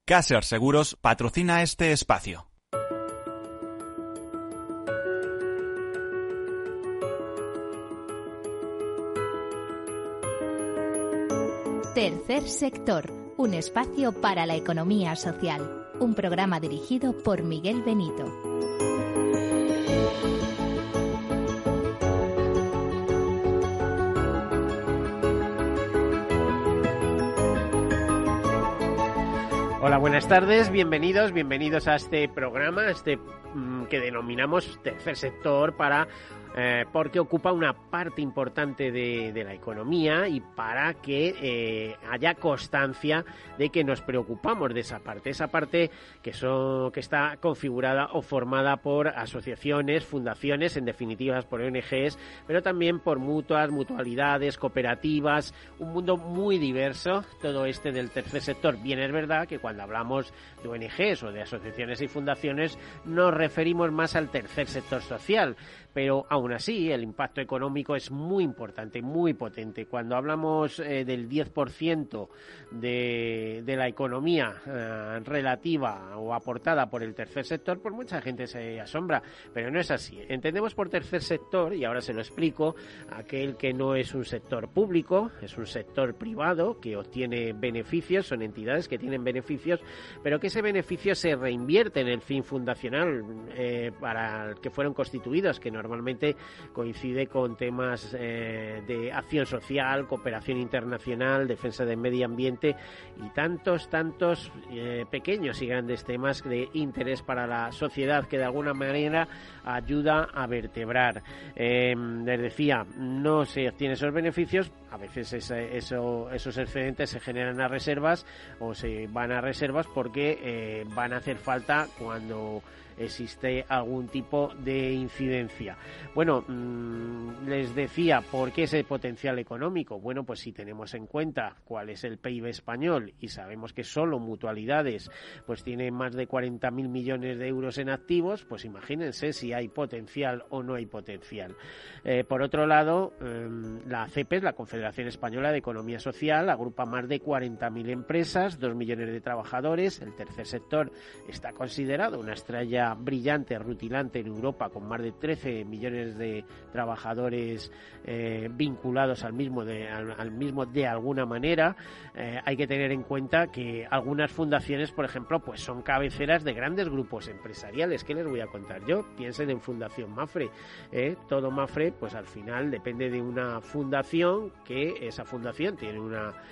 Caser Seguros patrocina este espacio. Tercer sector, un espacio para la economía social. Un programa dirigido por Miguel Benito. Hola, buenas tardes, bienvenidos a este programa, que denominamos Tercer Sector porque ocupa una parte importante de la economía y para que haya constancia de que nos preocupamos de esa parte que está configurada o formada por asociaciones, fundaciones, en definitiva por ONGs, pero también por mutualidades, cooperativas, un mundo muy diverso, todo del tercer sector. Bien, es verdad que cuando hablamos de ONGs o de asociaciones y fundaciones nos referimos más al tercer sector social, pero aún así el impacto económico es muy importante, muy potente. Cuando hablamos del 10% de la economía relativa o aportada por el tercer sector, pues mucha gente se asombra, pero no es así. Entendemos por tercer sector, y ahora se lo explico, aquel que no es un sector público, es un sector privado que obtiene beneficios, son entidades que tienen beneficios, pero que ese beneficio se reinvierte en el fin fundacional para el que fueron constituidos, que normalmente coincide con temas de acción social, cooperación internacional, defensa del medio ambiente y tantos pequeños y grandes temas de interés para la sociedad que de alguna manera ayuda a vertebrar. Les decía, no se obtienen esos beneficios, a veces esos excedentes se generan a reservas o se van a reservas porque van a hacer falta cuando existe algún tipo de incidencia. Bueno, les decía, ¿por qué ese potencial económico? Bueno, pues si tenemos en cuenta cuál es el PIB español y sabemos que solo mutualidades pues tiene más de 40.000 millones de euros en activos, pues imagínense si hay potencial o no hay potencial. Por otro lado, la CEPES, la Confederación Española de Economía Social, agrupa más de 40.000 empresas, 2 millones de trabajadores. El tercer sector está considerado una estrella brillante, rutilante en Europa, con más de 13 millones de trabajadores vinculados al mismo de alguna manera. Hay que tener en cuenta que algunas fundaciones, por ejemplo, pues son cabeceras de grandes grupos empresariales. ¿Qué les voy a contar yo? Piensen en Fundación Mapfre. Todo Mapfre, pues al final depende de una fundación, que esa fundación tiene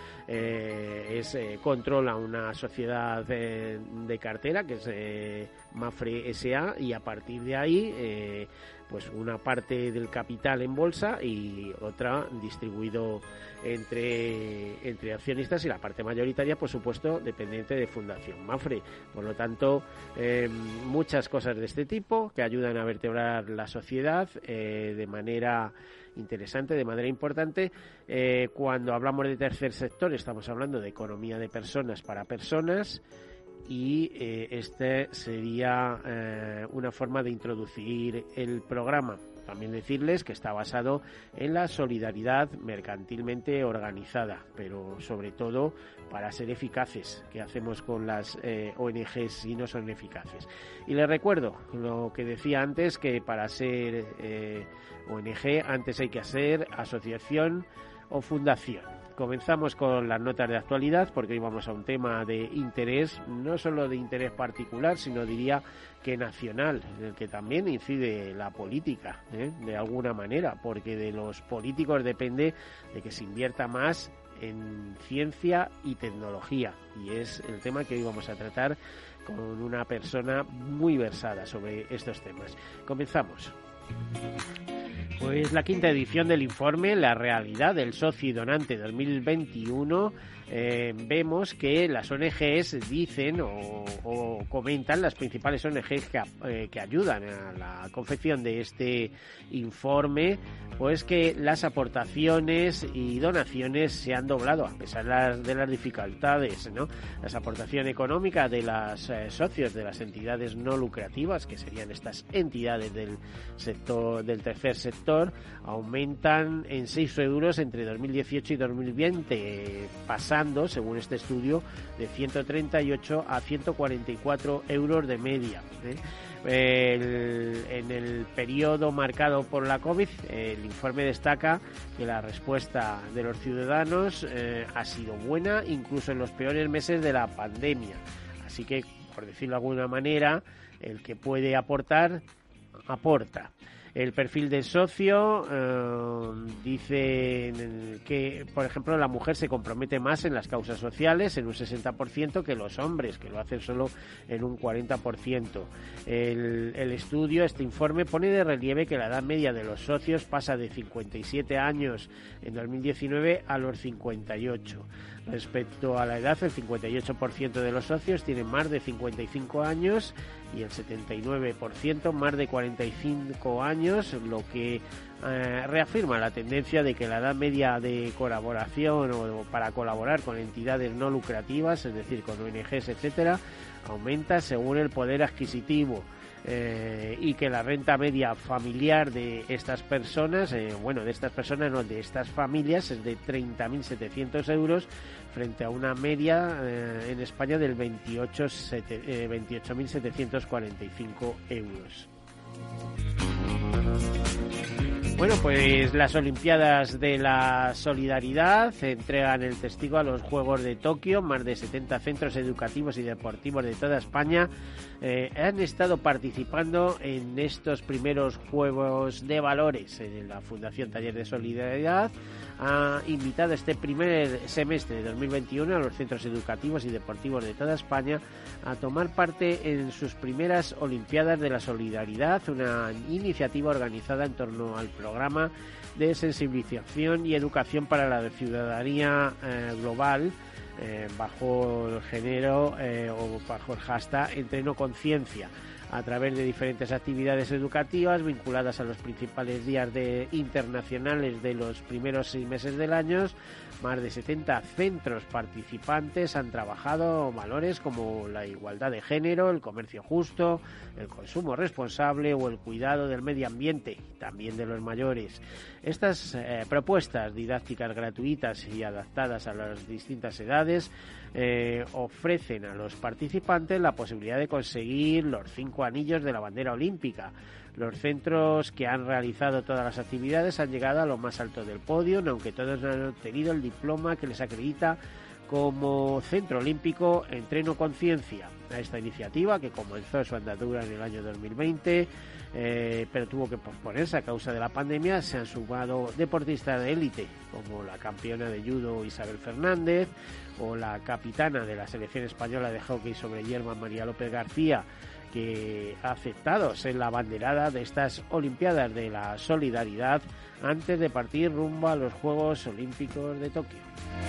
controla una sociedad de cartera que es Mapfre S.A. y a partir de ahí pues una parte del capital en bolsa y otra distribuido entre accionistas, y la parte mayoritaria, por supuesto, dependiente de Fundación Mapfre. Por lo tanto, muchas cosas de este tipo que ayudan a vertebrar la sociedad de manera interesante, de manera importante. Cuando hablamos de tercer sector estamos hablando de economía de personas para personas, y este sería una forma de introducir el programa. También decirles que está basado en la solidaridad mercantilmente organizada, pero sobre todo para ser eficaces. ¿Qué hacemos con las ONGs si no son eficaces? Y les recuerdo lo que decía antes, que para ser ONG antes hay que ser asociación o fundación. Comenzamos con las notas de actualidad, porque hoy vamos a un tema de interés, no solo de interés particular, sino diría que nacional, en el que también incide la política, de alguna manera, porque de los políticos depende de que se invierta más en ciencia y tecnología, y es el tema que hoy vamos a tratar con una persona muy versada sobre estos temas. Comenzamos. Pues la quinta edición del informe La realidad del socio y donante 2021, vemos que las ONGs dicen o comentan, las principales ONGs que ayudan a la confección de este informe, pues que las aportaciones y donaciones se han doblado a pesar de las dificultades, ¿no? La aportación económica de los socios de las entidades no lucrativas, que serían estas entidades del sector, del tercer sector, sector aumentan en 6 euros entre 2018 y 2020, pasando, según este estudio, de 138 a 144 euros de media. En el periodo marcado por la COVID, el informe destaca que la respuesta de los ciudadanos ha sido buena, incluso en los peores meses de la pandemia. Así que, por decirlo de alguna manera, el que puede aportar, aporta. El perfil del socio dice que, por ejemplo, la mujer se compromete más en las causas sociales en un 60% que los hombres, que lo hacen solo en un 40%. El estudio, este informe, pone de relieve que la edad media de los socios pasa de 57 años en 2019 a los 58. Respecto a la edad, el 58% de los socios tienen más de 55 años y el 79% más de 45 años, lo que reafirma la tendencia de que la edad media de colaboración o para colaborar con entidades no lucrativas, es decir, con ONGs, etcétera, aumenta según el poder adquisitivo. Y que la renta media familiar de estas personas, de estas familias, es de 30.700 euros frente a una media en España del 28.745 euros. Bueno, pues las Olimpiadas de la Solidaridad entregan el testigo a los Juegos de Tokio. Más de 70 centros educativos y deportivos de toda España han estado participando en estos primeros Juegos de Valores. La Fundación Taller de Solidaridad ha invitado este primer semestre de 2021 a los centros educativos y deportivos de toda España a tomar parte en sus primeras Olimpiadas de la Solidaridad, una iniciativa organizada en torno al programa de sensibilización y educación para la ciudadanía global, bajo el género o bajo el hashtag Entreno Conciencia, a través de diferentes actividades educativas vinculadas a los principales días internacionales de los primeros 6 meses del año. Más de 70 centros participantes han trabajado valores como la igualdad de género, el comercio justo, el consumo responsable o el cuidado del medio ambiente, también de los mayores. Estas propuestas didácticas gratuitas y adaptadas a las distintas edades ofrecen a los participantes la posibilidad de conseguir los 5 anillos de la bandera olímpica. Los centros que han realizado todas las actividades han llegado a lo más alto del podio, aunque todos han obtenido el diploma que les acredita como Centro Olímpico Entreno Conciencia. A esta iniciativa, que comenzó su andadura en el año 2020, pero tuvo que posponerse a causa de la pandemia, se han sumado deportistas de élite, como la campeona de judo Isabel Fernández, o la capitana de la selección española de hockey sobre hierba María López García, que ha aceptado ser la abanderada de estas Olimpiadas de la Solidaridad antes de partir rumbo a los Juegos Olímpicos de Tokio.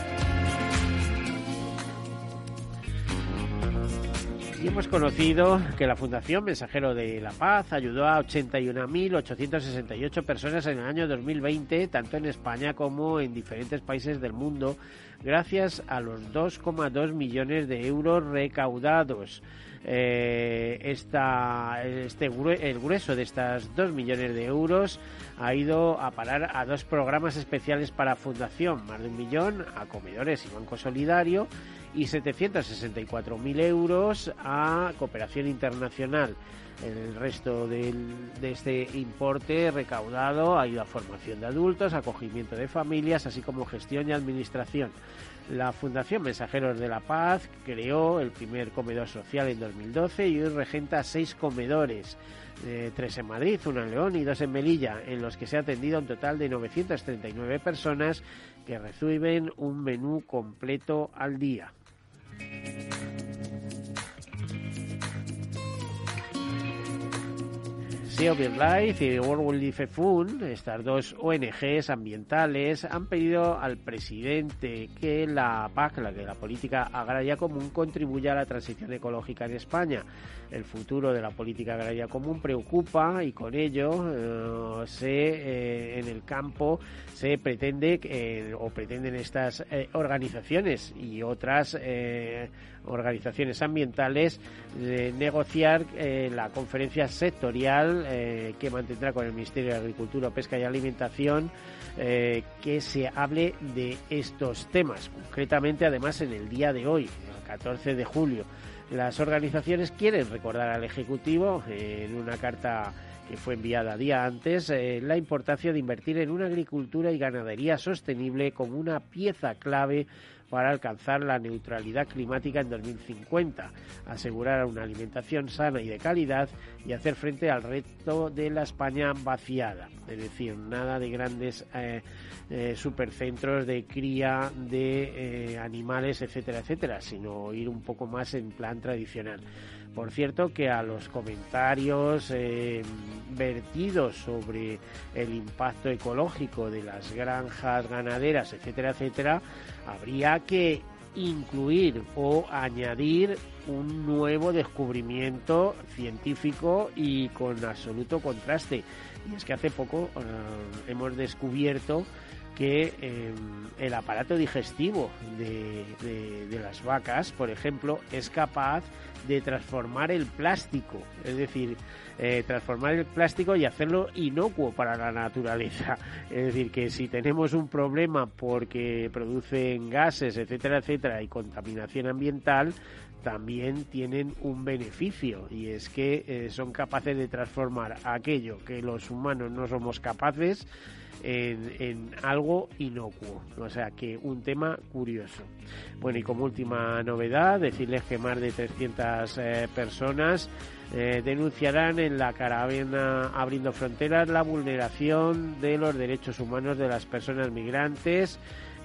Y hemos conocido que la Fundación Mensajero de la Paz ayudó a 81.868 personas en el año 2020, tanto en España como en diferentes países del mundo, gracias a los 2,2 millones de euros recaudados. El grueso de estas 2 millones de euros ha ido a parar a 2 programas especiales para Fundación, más de 1 millón a comedores y Banco Solidario y 764.000 euros a cooperación internacional. El resto de este importe recaudado ha ido a formación de adultos, acogimiento de familias, así como gestión y administración. La Fundación Mensajeros de la Paz creó el primer comedor social en 2012 y hoy regenta 6 comedores, 3 en Madrid, 1 en León y 2 en Melilla, en los que se ha atendido un total de 939 personas que reciben un menú completo al día. Save BirdLife y World Wildlife Fund, estas 2 ONGs ambientales, han pedido al presidente que la PAC, la Política Agraria Común, contribuya a la transición ecológica en España. El futuro de la Política Agraria Común preocupa y con ello en el campo se pretenden estas organizaciones y otras organizaciones ambientales negociar la conferencia sectorial que mantendrá con el Ministerio de Agricultura, Pesca y Alimentación, que se hable de estos temas, concretamente además en el día de hoy, el 14 de julio. Las organizaciones quieren recordar al Ejecutivo, en una carta que fue enviada día antes, la importancia de invertir en una agricultura y ganadería sostenible como una pieza clave para alcanzar la neutralidad climática en 2050, asegurar una alimentación sana y de calidad y hacer frente al reto de la España vaciada. Es decir, nada de grandes supercentros de cría de animales, etcétera, etcétera, sino ir un poco más en plan tradicional. Por cierto, que a los comentarios vertidos sobre el impacto ecológico de las granjas ganaderas, etcétera, etcétera, habría que incluir o añadir un nuevo descubrimiento científico y con absoluto contraste. Y es que hace poco hemos descubierto que el aparato digestivo de las vacas, por ejemplo, es capaz de transformar el plástico, es decir, transformar el plástico y hacerlo inocuo para la naturaleza. Es decir, que si tenemos un problema porque producen gases, etcétera, etcétera, y contaminación ambiental, también tienen un beneficio, y es que son capaces de transformar aquello que los humanos no somos capaces en algo inocuo. O sea que un tema curioso. Bueno, y como última novedad, decirles que más de 300 personas denunciarán en la caravana Abriendo Fronteras la vulneración de los derechos humanos de las personas migrantes,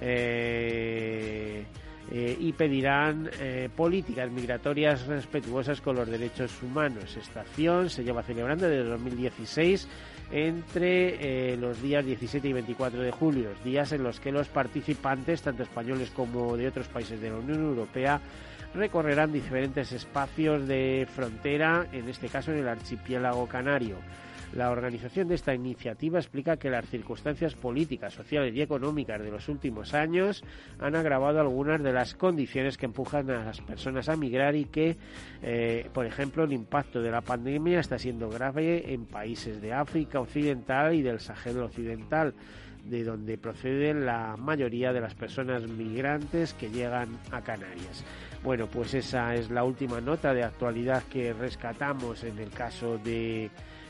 y pedirán políticas migratorias respetuosas con los derechos humanos. Esta acción se lleva celebrando desde 2016 entre los días 17 y 24 de julio, días en los que los participantes, tanto españoles como de otros países de la Unión Europea, recorrerán diferentes espacios de frontera, en este caso en el archipiélago canario. La organización de esta iniciativa explica que las circunstancias políticas, sociales y económicas de los últimos años han agravado algunas de las condiciones que empujan a las personas a migrar y que, por ejemplo, el impacto de la pandemia está siendo grave en países de África Occidental y del Sahel Occidental, de donde proceden la mayoría de las personas migrantes que llegan a Canarias. Bueno, pues esa es la última nota de actualidad que rescatamos en el caso de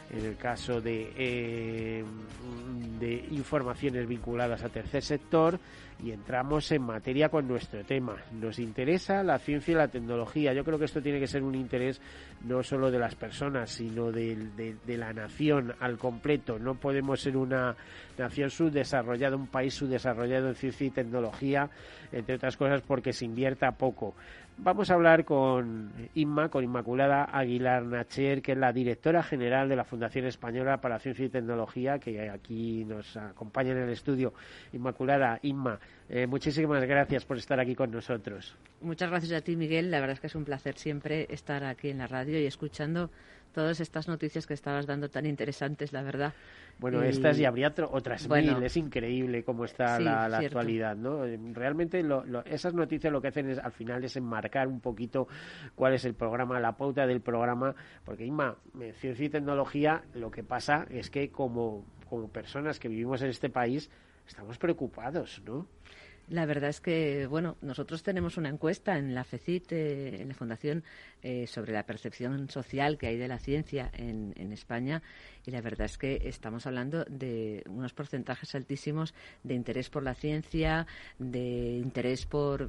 informaciones vinculadas al tercer sector, y entramos en materia con nuestro tema. Nos interesa la ciencia y la tecnología. Yo creo que esto tiene que ser un interés no solo de las personas, sino de la nación al completo. No podemos ser una nación subdesarrollada, un país subdesarrollado en ciencia y tecnología, entre otras cosas porque se invierta poco. Vamos a hablar con Inmaculada Aguilar Nacher, que es la directora general de la Fundación Española para la Ciencia y Tecnología, que aquí nos acompaña en el estudio. Inmaculada, Inma, muchísimas gracias por estar aquí con nosotros. Muchas gracias a ti, Miguel. La verdad es que es un placer siempre estar aquí en la radio y escuchando todas estas noticias que estabas dando tan interesantes, la verdad. Bueno, estas y habría otras mil. Es increíble cómo está sí, la actualidad, ¿no? Realmente esas noticias lo que hacen es, al final, es enmarcar un poquito cuál es el programa, la pauta del programa, porque, Inma, ciencia y tecnología, lo que pasa es que como personas que vivimos en este país estamos preocupados, ¿no? La verdad es que, bueno, nosotros tenemos una encuesta en la FECIT, en la Fundación, sobre la percepción social que hay de la ciencia en España, y la verdad es que estamos hablando de unos porcentajes altísimos de interés por la ciencia, de interés por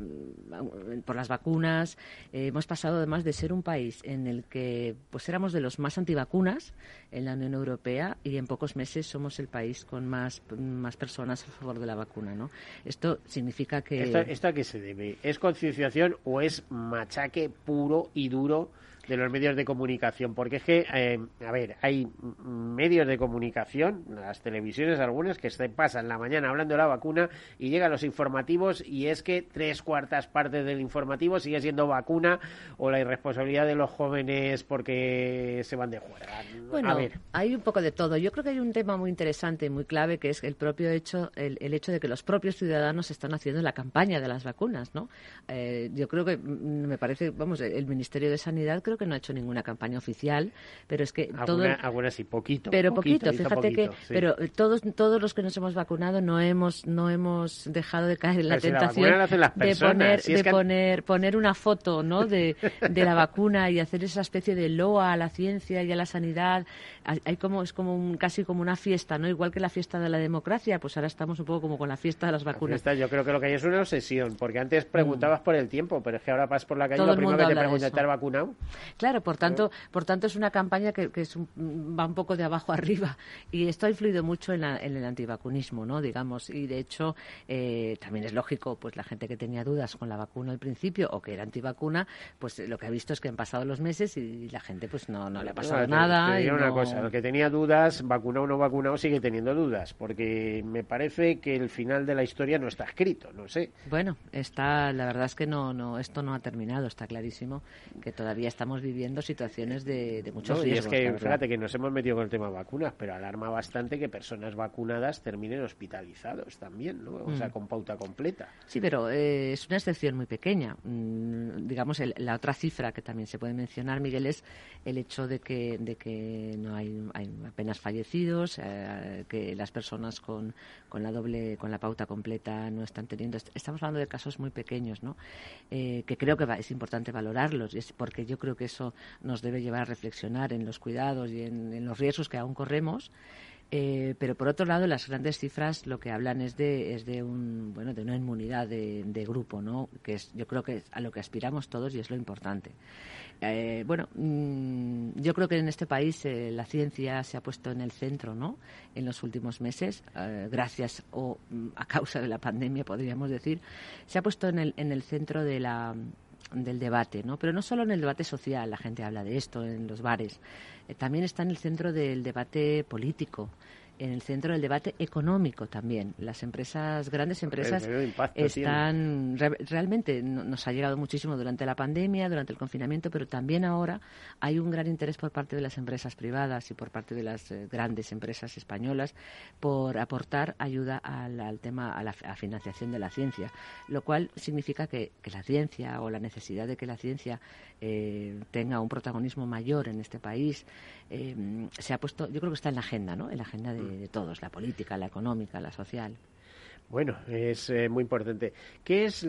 las vacunas. Hemos pasado además de ser un país en el que pues éramos de los más antivacunas en la Unión Europea, y en pocos meses somos el país con más personas a favor de la vacuna, ¿no? Esto significa que... ¿Esto a qué se debe? ¿Es concienciación o es machaque puro y duro de los medios de comunicación? Porque es que, hay medios de comunicación, las televisiones algunas, que se pasan la mañana hablando de la vacuna y llegan los informativos y es que 3/4 partes del informativo sigue siendo vacuna o la irresponsabilidad de los jóvenes porque se van de juerga. Bueno, hay un poco de todo. Yo creo que hay un tema muy interesante y muy clave, que es el propio hecho, el hecho de que los propios ciudadanos están haciendo la campaña de las vacunas, ¿no? Yo creo que, me parece, el Ministerio de Sanidad creo creo que no ha hecho ninguna campaña oficial, pero es que algunas sí, poquito. Pero poquito, fíjate poquito, que, sí. Pero todos los que nos hemos vacunado no hemos dejado de caer en la tentación de poner una foto, ¿no? de la vacuna y hacer esa especie de loa a la ciencia y a la sanidad. Es como casi como una fiesta, ¿no? Igual que la fiesta de la democracia, pues ahora estamos un poco como con la fiesta de las vacunas. Yo creo que lo que hay es una obsesión, porque antes preguntabas por el tiempo, pero es que ahora vas por la calle y Todo lo primero que te preguntan, ¿te has vacunado? Claro, por tanto es una campaña que va un poco de abajo arriba, y esto ha influido mucho en el antivacunismo, ¿no? Digamos, y de hecho también es lógico, pues la gente que tenía dudas con la vacuna al principio o que era antivacuna, pues lo que ha visto es que han pasado los meses y la gente pues no le ha pasado nada. Te digo una cosa, el que tenía dudas, vacunado o no vacunado, sigue teniendo dudas, porque me parece que el final de la historia no está escrito, no sé. Bueno, la verdad es que esto no ha terminado, está clarísimo que todavía estamos viviendo situaciones de muchos riesgos. Y es que, fíjate que nos hemos metido con el tema vacunas, pero alarma bastante que personas vacunadas terminen hospitalizados también, ¿no? O sea, con pauta completa. Sí, pero es una excepción muy pequeña. Digamos, la otra cifra que también se puede mencionar, Miguel, es el hecho de que no hay apenas fallecidos, que las personas con la pauta completa no están teniendo. Estamos hablando de casos muy pequeños, ¿no? Que creo que es importante valorarlos, y es porque yo creo que eso nos debe llevar a reflexionar en los cuidados y en los riesgos que aún corremos. Pero por otro lado, las grandes cifras lo que hablan es de una inmunidad de grupo, ¿no? Yo creo que es a lo que aspiramos todos y es lo importante. Yo creo que en este país la ciencia se ha puesto en el centro, ¿no? En los últimos meses, gracias o a causa de la pandemia, podríamos decir, se ha puesto en el centro del debate, ¿no? Pero no solo en el debate social, la gente habla de esto en los bares, también está en el centro del debate político, en el centro del debate económico también. Las grandes empresas están realmente, nos ha llegado muchísimo durante la pandemia, durante el confinamiento, pero también ahora hay un gran interés por parte de las empresas privadas y por parte de las grandes empresas españolas por aportar ayuda al tema, a la financiación de la ciencia, lo cual significa que la ciencia, o la necesidad de que la ciencia tenga un protagonismo mayor en este país, se ha puesto, yo creo que está en la agenda, ¿no? En la agenda de todos, la política, la económica, la social. Bueno, es muy importante. ¿Qué es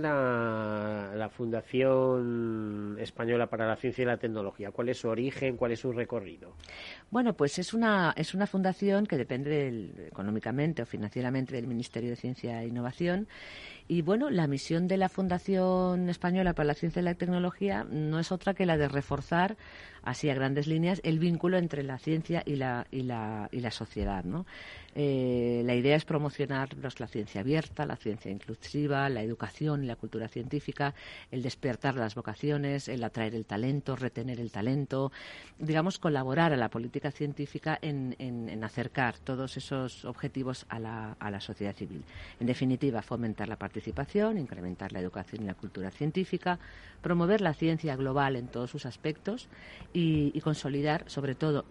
la Fundación Española para la Ciencia y la Tecnología? ¿Cuál es su origen? ¿Cuál es su recorrido? Bueno, pues es una fundación que depende económicamente o financieramente del Ministerio de Ciencia e Innovación. Y bueno, la misión de la Fundación Española para la Ciencia y la Tecnología no es otra que la de reforzar, así a grandes líneas, el vínculo entre la ciencia y la sociedad, ¿no? La idea es promocionar la ciencia abierta, la ciencia inclusiva, la educación y la cultura científica, el despertar las vocaciones, el atraer el talento, retener el talento, digamos, colaborar a la política científica en acercar todos esos objetivos a la sociedad civil. En definitiva, fomentar la participación, incrementar la educación y la cultura científica, promover la ciencia global en todos sus aspectos y consolidar, sobre todo,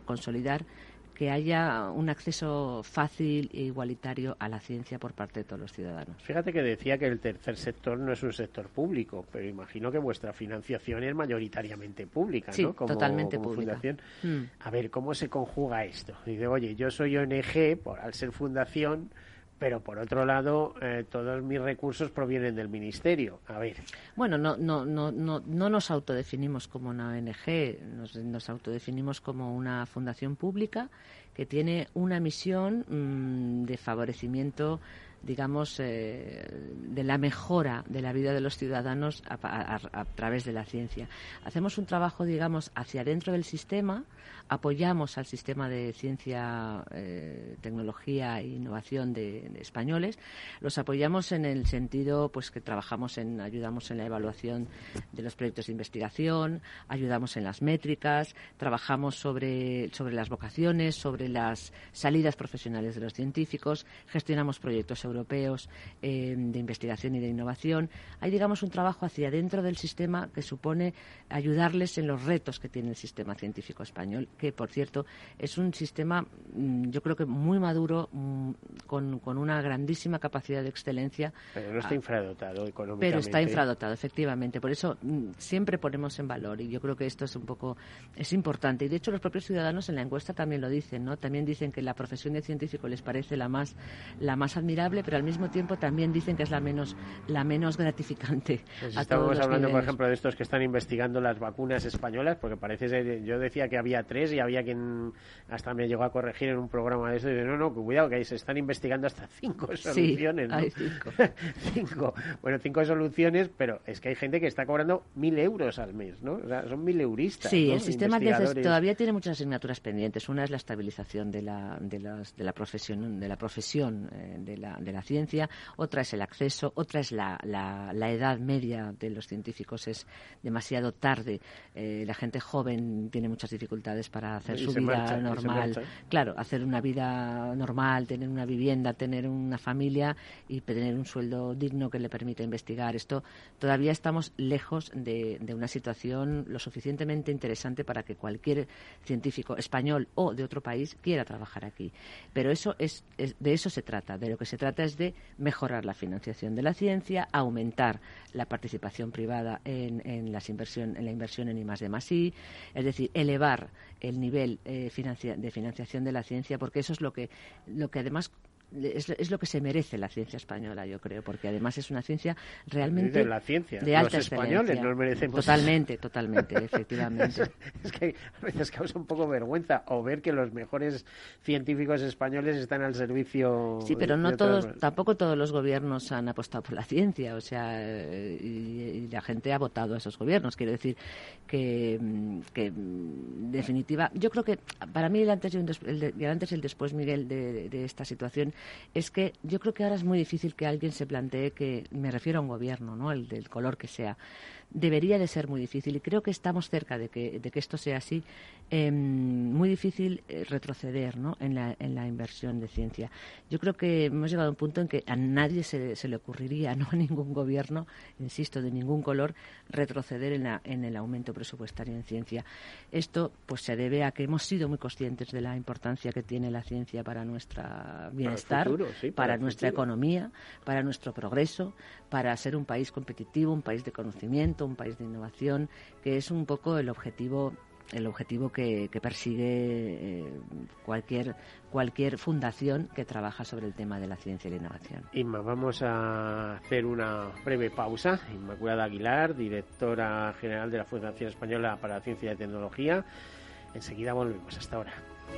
que haya un acceso fácil e igualitario a la ciencia por parte de todos los ciudadanos. Fíjate que decía que el tercer sector no es un sector público, pero imagino que vuestra financiación es mayoritariamente pública, sí, ¿no? Totalmente como pública. Fundación. A ver, ¿cómo se conjuga esto? Dice, oye, yo soy ONG al ser fundación, pero por otro lado todos mis recursos provienen del ministerio. A ver. Bueno, no nos autodefinimos como una ONG, nos autodefinimos como una fundación pública que tiene una misión de favorecimiento, digamos, de la mejora de la vida de los ciudadanos a través de la ciencia. Hacemos un trabajo, digamos, hacia dentro del sistema, apoyamos al sistema de ciencia, tecnología e innovación de españoles, los apoyamos en el sentido pues que ayudamos en la evaluación de los proyectos de investigación, ayudamos en las métricas, trabajamos sobre las vocaciones, sobre las salidas profesionales de los científicos, gestionamos proyectos europeos europeos de investigación y de innovación. Hay, digamos, un trabajo hacia dentro del sistema que supone ayudarles en los retos que tiene el sistema científico español, que, por cierto, es un sistema, yo creo que muy maduro, con una grandísima capacidad de excelencia. Pero no está infradotado económicamente. Pero está infradotado, efectivamente. Por eso siempre ponemos en valor, y yo creo que esto es importante. Y de hecho los propios ciudadanos en la encuesta también lo dicen, ¿no? También dicen que la profesión de científico les parece la más admirable, pero al mismo tiempo también dicen que es la menos gratificante. Pues estamos hablando, por ejemplo, de estos que están investigando las vacunas españolas, porque parece ser, yo decía que había 3 y había quien hasta me llegó a corregir en un programa de eso y dice, no, cuidado, que ahí se están investigando hasta 5 soluciones, ¿no? Hay 5. 5. Bueno, 5 soluciones, pero es que hay gente que está cobrando 1.000 euros al mes, ¿no? O sea, son 1.000 euristas. Sí, ¿no? El sistema todavía tiene muchas asignaturas pendientes. Una es la estabilización de la profesión de la ciencia, otra es el acceso, otra es la edad media de los científicos es demasiado tarde. La gente joven tiene muchas dificultades para hacer su vida normal. Claro, hacer una vida normal, tener una vivienda, tener una familia y tener un sueldo digno que le permita investigar. Esto todavía estamos lejos de una situación lo suficientemente interesante para que cualquier científico español o de otro país quiera trabajar aquí. Pero de eso se trata. De lo que se trata es de mejorar la financiación de la ciencia, aumentar la participación privada en la inversión en I+D+I, es decir, elevar el nivel de financiación de la ciencia, porque eso es lo que además es lo que se merece la ciencia española, yo creo, porque además es una ciencia realmente de alta excelencia. Los españoles nos merecemos. Totalmente, efectivamente. Es que a veces causa un poco vergüenza o ver que los mejores científicos españoles están al servicio. Sí, pero tampoco todos los gobiernos han apostado por la ciencia, o sea, y la gente ha votado a esos gobiernos. Quiero decir que en definitiva, yo creo que para mí el antes y el después, Miguel, de esta situación es que yo creo que ahora es muy difícil que alguien se plantee que, me refiero a un gobierno, ¿no? El del color que sea, debería de ser muy difícil, y creo que estamos cerca de que esto sea así, muy difícil retroceder, ¿no? en la inversión de ciencia. Yo creo que hemos llegado a un punto en que a nadie se le ocurriría, no a ningún gobierno, insisto, de ningún color, retroceder en el aumento presupuestario en ciencia. Esto pues se debe a que hemos sido muy conscientes de la importancia que tiene la ciencia para nuestro bienestar, para nuestra economía, para nuestro progreso, para ser un país competitivo, un país de conocimiento, un país de innovación, que es un poco el objetivo que persigue cualquier fundación que trabaja sobre el tema de la ciencia y la innovación. Inma, vamos a hacer una breve pausa. Inmaculada Aguilar, directora general de la Fundación Española para la Ciencia y Tecnología. Enseguida volvemos. Hasta ahora.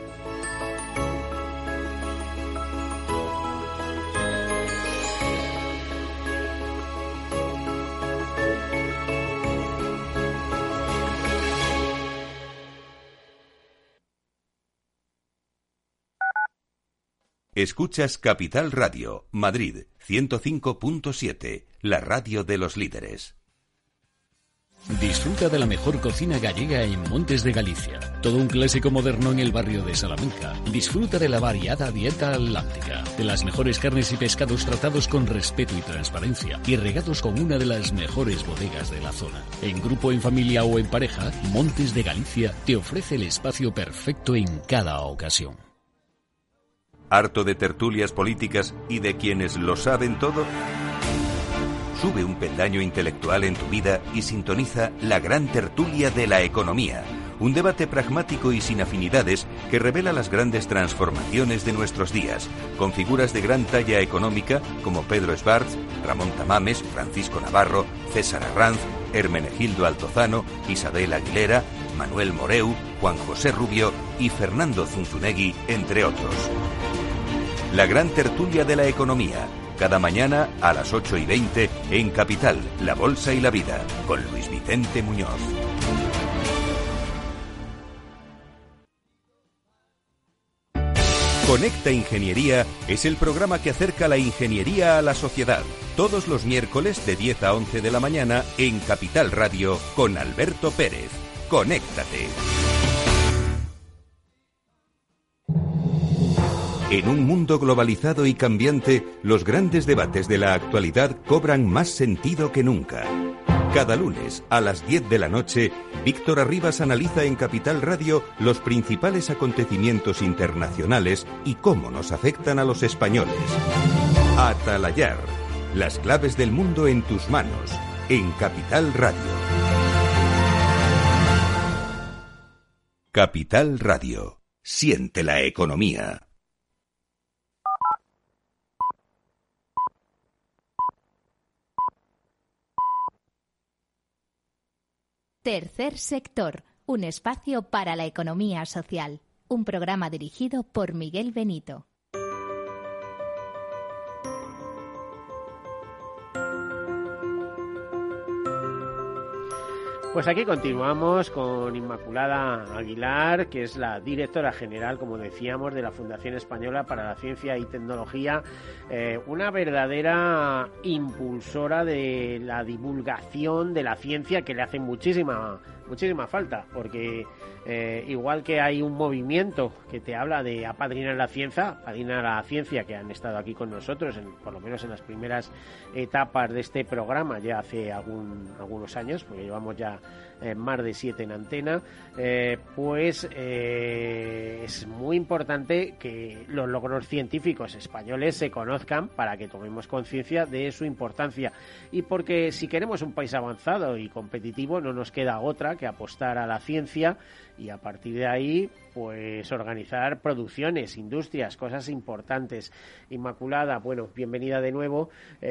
Escuchas Capital Radio, Madrid, 105.7, la radio de los líderes. Disfruta de la mejor cocina gallega en Montes de Galicia. Todo un clásico moderno en el barrio de Salamanca. Disfruta de la variada dieta atlántica, de las mejores carnes y pescados tratados con respeto y transparencia y regados con una de las mejores bodegas de la zona. En grupo, en familia o en pareja, Montes de Galicia te ofrece el espacio perfecto en cada ocasión. ¿Harto de tertulias políticas y de quienes lo saben todo? Sube un peldaño intelectual en tu vida y sintoniza la gran tertulia de la economía. Un debate pragmático y sin afinidades que revela las grandes transformaciones de nuestros días, con figuras de gran talla económica como Pedro Esbarz, Ramón Tamames, Francisco Navarro, César Arranz, Hermenegildo Altozano, Isabel Aguilera, Manuel Moreu, Juan José Rubio y Fernando Zunzunegui, entre otros. La gran tertulia de la economía, cada mañana a las 8:20 en Capital, La Bolsa y la Vida, con Luis Vicente Muñoz. Conecta Ingeniería es el programa que acerca la ingeniería a la sociedad. Todos los miércoles de 10 a 11 de la mañana en Capital Radio con Alberto Pérez. Conéctate. En un mundo globalizado y cambiante, los grandes debates de la actualidad cobran más sentido que nunca. Cada lunes, a las 10 de la noche, Víctor Arribas analiza en Capital Radio los principales acontecimientos internacionales y cómo nos afectan a los españoles. Atalayar, las claves del mundo en tus manos, en Capital Radio. Capital Radio. Siente la economía. Tercer sector, un espacio para la economía social. Un programa dirigido por Miguel Benito. Pues aquí continuamos con Inmaculada Aguilar, que es la directora general, como decíamos, de la Fundación Española para la Ciencia y Tecnología, una verdadera impulsora de la divulgación de la ciencia, que le hace muchísima falta, porque igual que hay un movimiento que te habla de apadrinar la ciencia, que han estado aquí con nosotros, por lo menos en las primeras etapas de este programa, ya hace algunos años, porque llevamos ya más de 7 en antena, es muy importante que los logros científicos españoles se conozcan para que tomemos conciencia de su importancia, y porque si queremos un país avanzado y competitivo no nos queda otra que apostar a la ciencia y a partir de ahí pues organizar producciones, industrias, cosas importantes. Inmaculada, bueno, bienvenida de nuevo.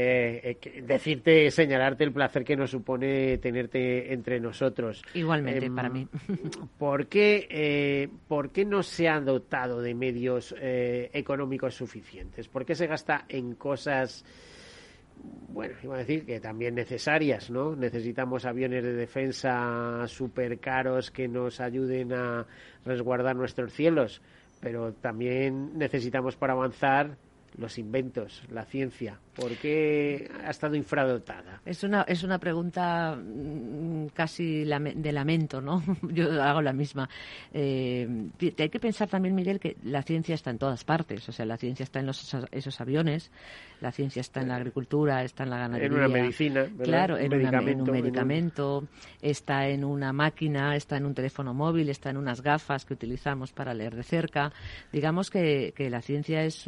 Señalarte el placer que nos supone tenerte entre nosotros. Igualmente, para mí. ¿Por qué no se han dotado de medios económicos suficientes? ¿Por qué se gasta en cosas, bueno, iba a decir que también necesarias, ¿no? Necesitamos aviones de defensa súper caros que nos ayuden a resguardar nuestros cielos, pero también necesitamos para avanzar los inventos, la ciencia. ¿Por qué ha estado infradotada? Es una pregunta casi de lamento, ¿no? Yo hago la misma. Hay que pensar también, Miguel, que la ciencia está en todas partes. O sea, la ciencia está en esos aviones, la ciencia está en la agricultura, está en la ganadería. En una medicina, ¿verdad? Claro, en un medicamento, está en una máquina, está en un teléfono móvil, está en unas gafas que utilizamos para leer de cerca. Digamos que la ciencia es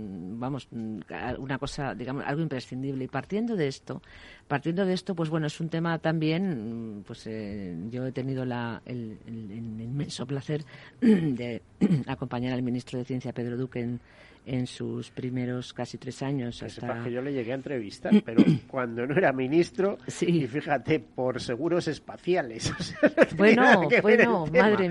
una cosa, digamos, algo imprescindible. Y partiendo de esto, pues bueno, es un tema también, pues yo he tenido el inmenso placer de acompañar al ministro de Ciencia, Pedro Duque, en sus primeros casi 3 años. Sepas que yo le llegué a entrevistar, pero cuando no era ministro, sí. Y fíjate, por seguros espaciales. O sea, bueno,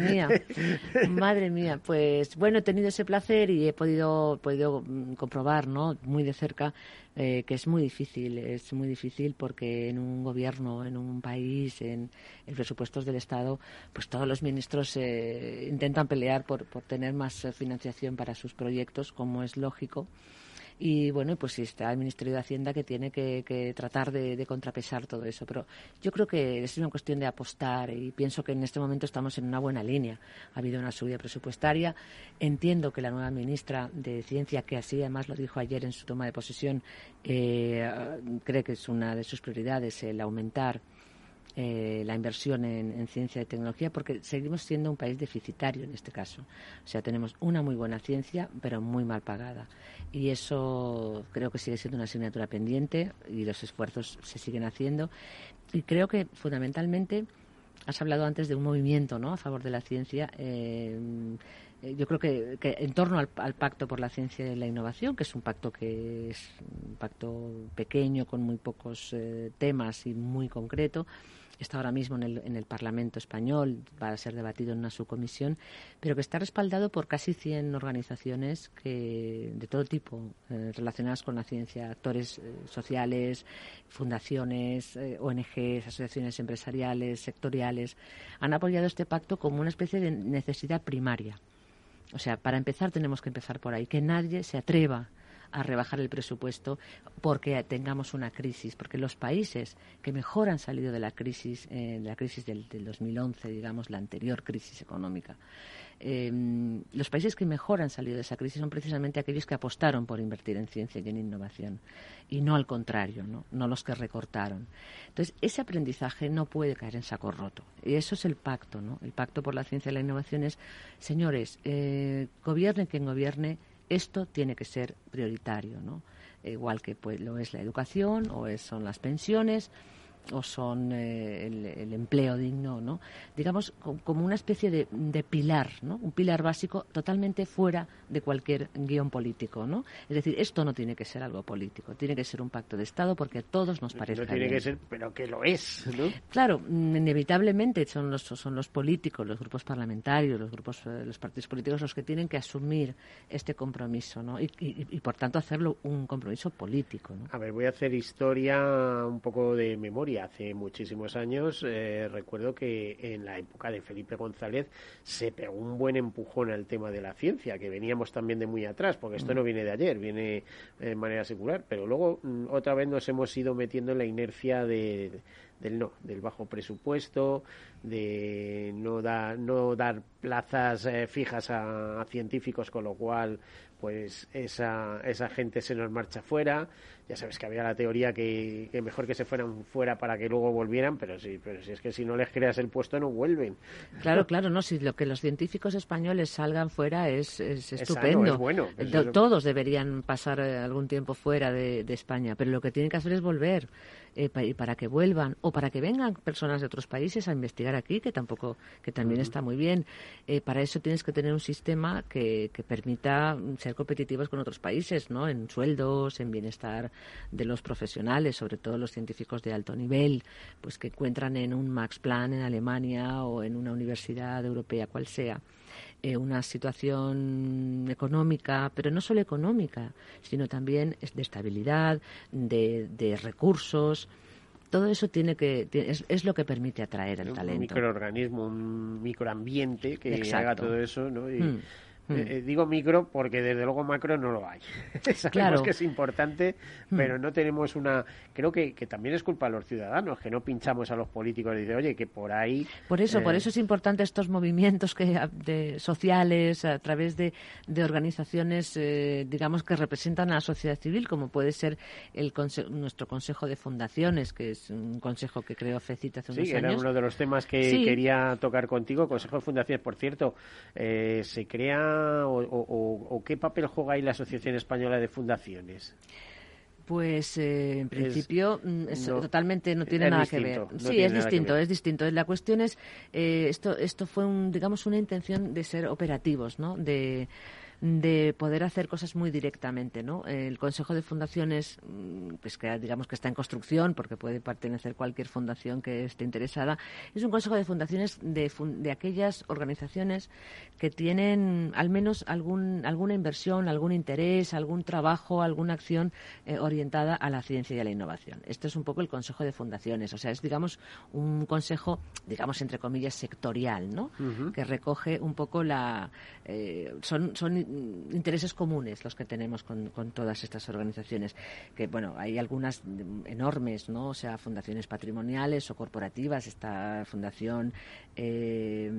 madre mía, pues bueno, he tenido ese placer y he podido comprobar, ¿no?, muy de cerca, que es muy difícil porque en un gobierno, en un país, en presupuestos del Estado, pues todos los ministros intentan pelear por tener más financiación para sus proyectos, como es lógico. Y bueno, pues sí, está el Ministerio de Hacienda, que tiene que tratar de contrapesar todo eso. Pero yo creo que es una cuestión de apostar, y pienso que en este momento estamos en una buena línea. Ha habido una subida presupuestaria. Entiendo que la nueva ministra de Ciencia, que así además lo dijo ayer en su toma de posesión, cree que es una de sus prioridades el aumentar la inversión en ciencia y tecnología, porque seguimos siendo un país deficitario en este caso. O sea, tenemos una muy buena ciencia, pero muy mal pagada. Y eso creo que sigue siendo una asignatura pendiente, y los esfuerzos se siguen haciendo. Y creo que fundamentalmente, has hablado antes de un movimiento, ¿no?, a favor de la ciencia. Yo creo que en torno al Pacto por la Ciencia y la Innovación, que es un pacto pequeño, con muy pocos temas y muy concreto, está ahora mismo en el Parlamento español, va a ser debatido en una subcomisión, pero que está respaldado por casi 100 organizaciones de todo tipo, relacionadas con la ciencia, actores sociales, fundaciones, ONGs, asociaciones empresariales, sectoriales. Han apoyado este pacto como una especie de necesidad primaria. O sea, para empezar tenemos que empezar por ahí, que nadie se atreva a rebajar el presupuesto porque tengamos una crisis, porque los países que mejor han salido de la crisis del 2011, digamos, la anterior crisis económica, los países que mejor han salido de esa crisis son precisamente aquellos que apostaron por invertir en ciencia y en innovación, y no al contrario, no los que recortaron. Entonces, ese aprendizaje no puede caer en saco roto, y eso es el pacto, ¿no? El pacto por la ciencia y la innovación es, señores, gobierne quien gobierne, esto tiene que ser prioritario, ¿no? Igual que pues lo es la educación, o son las pensiones, o son el empleo digno, ¿no? Digamos, como una especie de pilar, ¿no? Un pilar básico totalmente fuera de cualquier guión político, ¿no? Es decir, esto no tiene que ser algo político, tiene que ser un pacto de Estado porque a todos nos parezca bien. No tiene que ser, pero que lo es, ¿no? Claro, inevitablemente son los políticos, los grupos parlamentarios, los partidos políticos los que tienen que asumir este compromiso, ¿no? Y por tanto hacerlo un compromiso político, ¿no? A ver, voy a hacer historia, un poco de memoria. Hace muchísimos años recuerdo que en la época de Felipe González se pegó un buen empujón al tema de la ciencia, que veníamos también de muy atrás, porque esto no viene de ayer, viene de manera secular, pero luego otra vez nos hemos ido metiendo en la inercia del bajo presupuesto, de no dar plazas fijas a científicos, con lo cual pues esa gente se nos marcha fuera. Ya sabes que había la teoría que mejor que se fueran fuera para que luego volvieran, pero si es que si no les creas el puesto no vuelven. Claro, no, si lo que los científicos españoles salgan fuera es estupendo. Es bueno. Todos deberían pasar algún tiempo fuera de España, pero lo que tienen que hacer es volver, y para que vuelvan, o para que vengan personas de otros países a investigar aquí, que también está muy bien. Para eso tienes que tener un sistema que permita ser competitivos con otros países, ¿no? En sueldos, en bienestar de los profesionales, sobre todo los científicos de alto nivel, pues que encuentran en un Max Planck en Alemania o en una universidad europea, cual sea, una situación económica, pero no solo económica, sino también de estabilidad, de recursos. Todo eso es lo que permite atraer el talento. Un microorganismo, un microambiente que Exacto. haga todo eso, ¿no? Digo micro porque desde luego macro no lo hay. Sabemos claro. que es importante, pero no tenemos una... Creo que también es culpa de los ciudadanos, que no pinchamos a los políticos y dicen, oye, que por ahí... Por eso es importante estos movimientos sociales a través de organizaciones, digamos, que representan a la sociedad civil, como puede ser nuestro Consejo de Fundaciones, que es un consejo que creó FECIT hace unos años. Sí, era uno de los temas que quería tocar contigo. Consejo de Fundaciones, por cierto, se crea... ¿O qué papel juega ahí la Asociación Española de Fundaciones? Pues en principio totalmente no tiene nada que ver. Sí, es distinto. La cuestión es, esto fue una intención de ser operativos, ¿no? De poder hacer cosas muy directamente, ¿no? El Consejo de Fundaciones, pues que digamos que está en construcción, porque puede pertenecer cualquier fundación que esté interesada, es un Consejo de Fundaciones de aquellas organizaciones que tienen al menos alguna inversión, algún interés, algún trabajo, alguna acción orientada a la ciencia y a la innovación. Este es un poco el Consejo de Fundaciones, o sea, es digamos un consejo, digamos entre comillas, sectorial, ¿no? Uh-huh. Que recoge un poco son intereses comunes los que tenemos con todas estas organizaciones, que bueno, hay algunas enormes, ¿no? O sea, fundaciones patrimoniales o corporativas, esta fundación de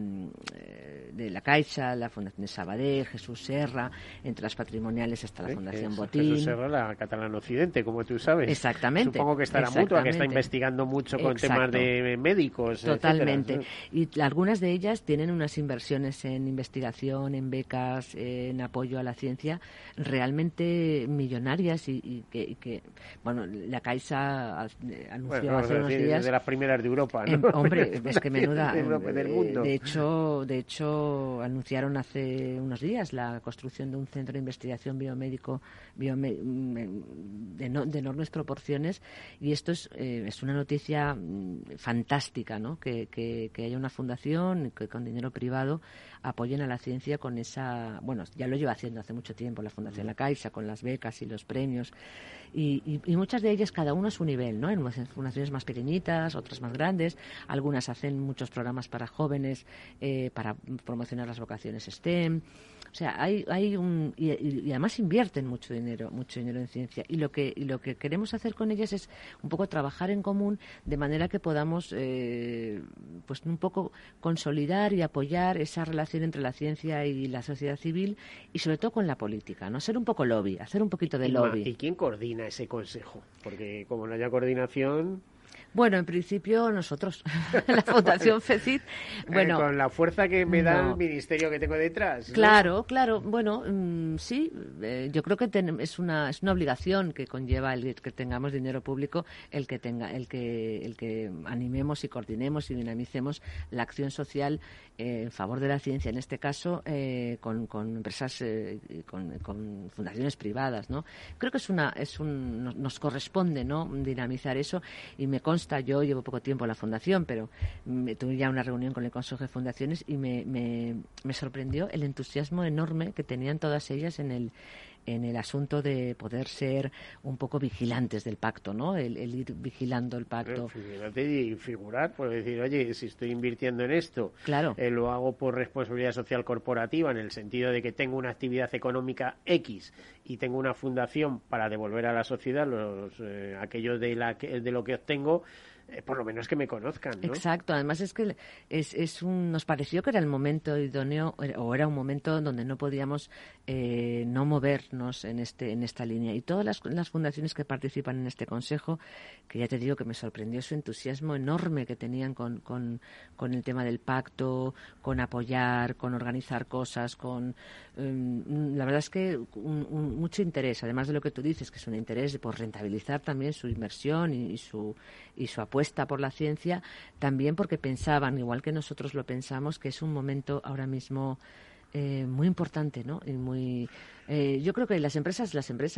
la Caixa, la Fundación de Sabadell, Jesús Serra, entre las patrimoniales está la Fundación Botín. Jesús Serra, la Catalana Occidente, como tú sabes. Exactamente. Supongo que está la Mutua, que está investigando mucho con temas de médicos. Totalmente. Etcétera. Y algunas de ellas tienen unas inversiones en investigación, en becas, en apoyo a la ciencia realmente millonarias y que bueno, la Caixa anunció hace unos días de las primeras de Europa, ¿no? Hombre, es que menuda del mundo. De hecho anunciaron hace unos días la construcción de un centro de investigación biomédico de enormes proporciones, y esto es una noticia fantástica, ¿no? Que haya una fundación que con dinero privado apoyen a la ciencia con esa... Bueno, ya lo lleva haciendo hace mucho tiempo la Fundación La Caixa, con las becas y los premios, y muchas de ellas cada una a su nivel, ¿no? En fundaciones más pequeñitas, otras más grandes, algunas hacen muchos programas para jóvenes, para promocionar las vocaciones STEM, O sea, hay y además invierten mucho dinero en ciencia. Y lo que queremos hacer con ellas es un poco trabajar en común de manera que podamos pues un poco consolidar y apoyar esa relación entre la ciencia y la sociedad civil y sobre todo con la política, ¿no? Hacer un poco lobby, hacer un poquito de lobby. ¿Y quién coordina ese consejo? Porque como no haya coordinación... Bueno, en principio nosotros, la Fundación FECIT, bueno... con la fuerza que me da el ministerio que tengo detrás, ¿no? Claro, bueno, sí, yo creo que es una obligación que conlleva el que tengamos dinero público, el que animemos y coordinemos y dinamicemos la acción social en favor de la ciencia, en este caso con empresas, con fundaciones privadas, ¿no? Creo que nos corresponde, ¿no?, dinamizar eso, y me consta, yo llevo poco tiempo en la fundación, pero tuve ya una reunión con el Consejo de Fundaciones y me sorprendió el entusiasmo enorme que tenían todas ellas en el asunto de poder ser un poco vigilantes del pacto, ¿no? El ir vigilando el pacto. Y figurar, por decir, oye, si estoy invirtiendo en esto, claro, lo hago por responsabilidad social corporativa, en el sentido de que tengo una actividad económica X y tengo una fundación para devolver a la sociedad aquello de lo que obtengo. Por lo menos que me conozcan, ¿no? Exacto, además es que nos pareció que era el momento idóneo, o era un momento donde no podíamos no movernos en esta línea. Y todas las fundaciones que participan en este consejo, que ya te digo que me sorprendió su entusiasmo enorme que tenían con el tema del pacto, con apoyar, con organizar cosas, la verdad es que mucho interés, además de lo que tú dices, que es un interés por rentabilizar también su inversión y su apuesta por la ciencia, también porque pensaban, igual que nosotros lo pensamos, que es un momento ahora mismo muy importante, ¿no? Y muy yo creo que las empresas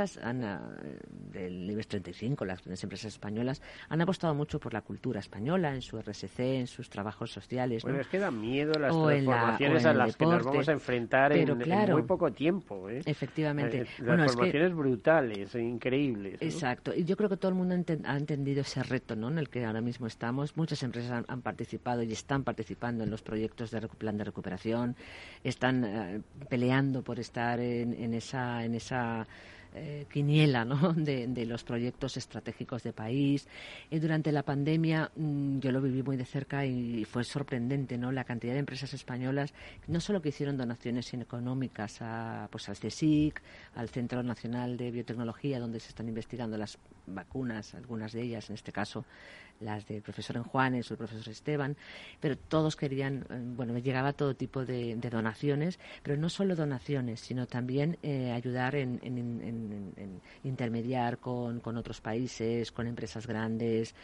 del IBEX 35, las empresas españolas, han apostado mucho por la cultura española, en su RSC, en sus trabajos sociales, ¿no? Bueno, es que da miedo las transformaciones a las que nos vamos a enfrentar en muy poco tiempo, ¿eh? Efectivamente. Transformaciones brutales, increíbles, ¿no? Exacto. Y yo creo que todo el mundo ha entendido ese reto, ¿no?, en el que ahora mismo estamos. Muchas empresas han participado y están participando en los proyectos de plan de recuperación, están peleando por estar en esa quiniela, ¿no?, de los proyectos estratégicos de país. Y durante la pandemia yo lo viví muy de cerca y fue sorprendente, ¿no?, la cantidad de empresas españolas, no solo que hicieron donaciones económicas al CSIC, al Centro Nacional de Biotecnología, donde se están investigando las vacunas, algunas de ellas, en este caso las del profesor Enjuanes o el profesor Esteban, pero todos querían, me llegaba todo tipo de donaciones, pero no solo donaciones, sino también ayudar en intermediar con otros países, con empresas grandes.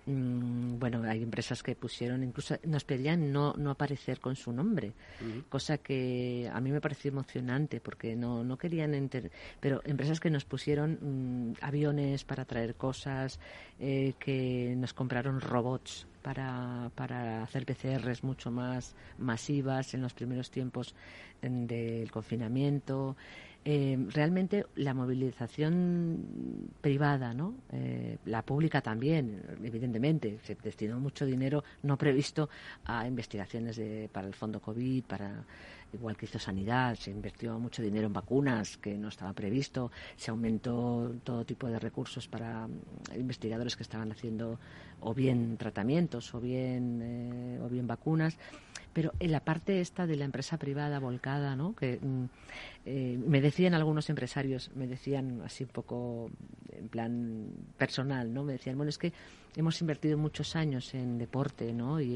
Hay empresas que pusieron, incluso nos pedían no aparecer con su nombre, cosa que a mí me pareció emocionante porque no querían, pero empresas que nos pusieron aviones para traer cosas, que nos compraron robots para hacer PCRs mucho más masivas en los primeros tiempos del confinamiento. Realmente la movilización privada, ¿no? La pública también, evidentemente, se destinó mucho dinero no previsto a investigaciones para el fondo COVID, igual que hizo Sanidad, se invirtió mucho dinero en vacunas que no estaba previsto, se aumentó todo tipo de recursos para investigadores que estaban haciendo o bien tratamientos o bien vacunas. Pero en la parte esta de la empresa privada volcada, ¿no?, que me decían algunos empresarios, me decían así un poco en plan personal, ¿no?, me decían, bueno, es que hemos invertido muchos años en deporte, ¿no?, y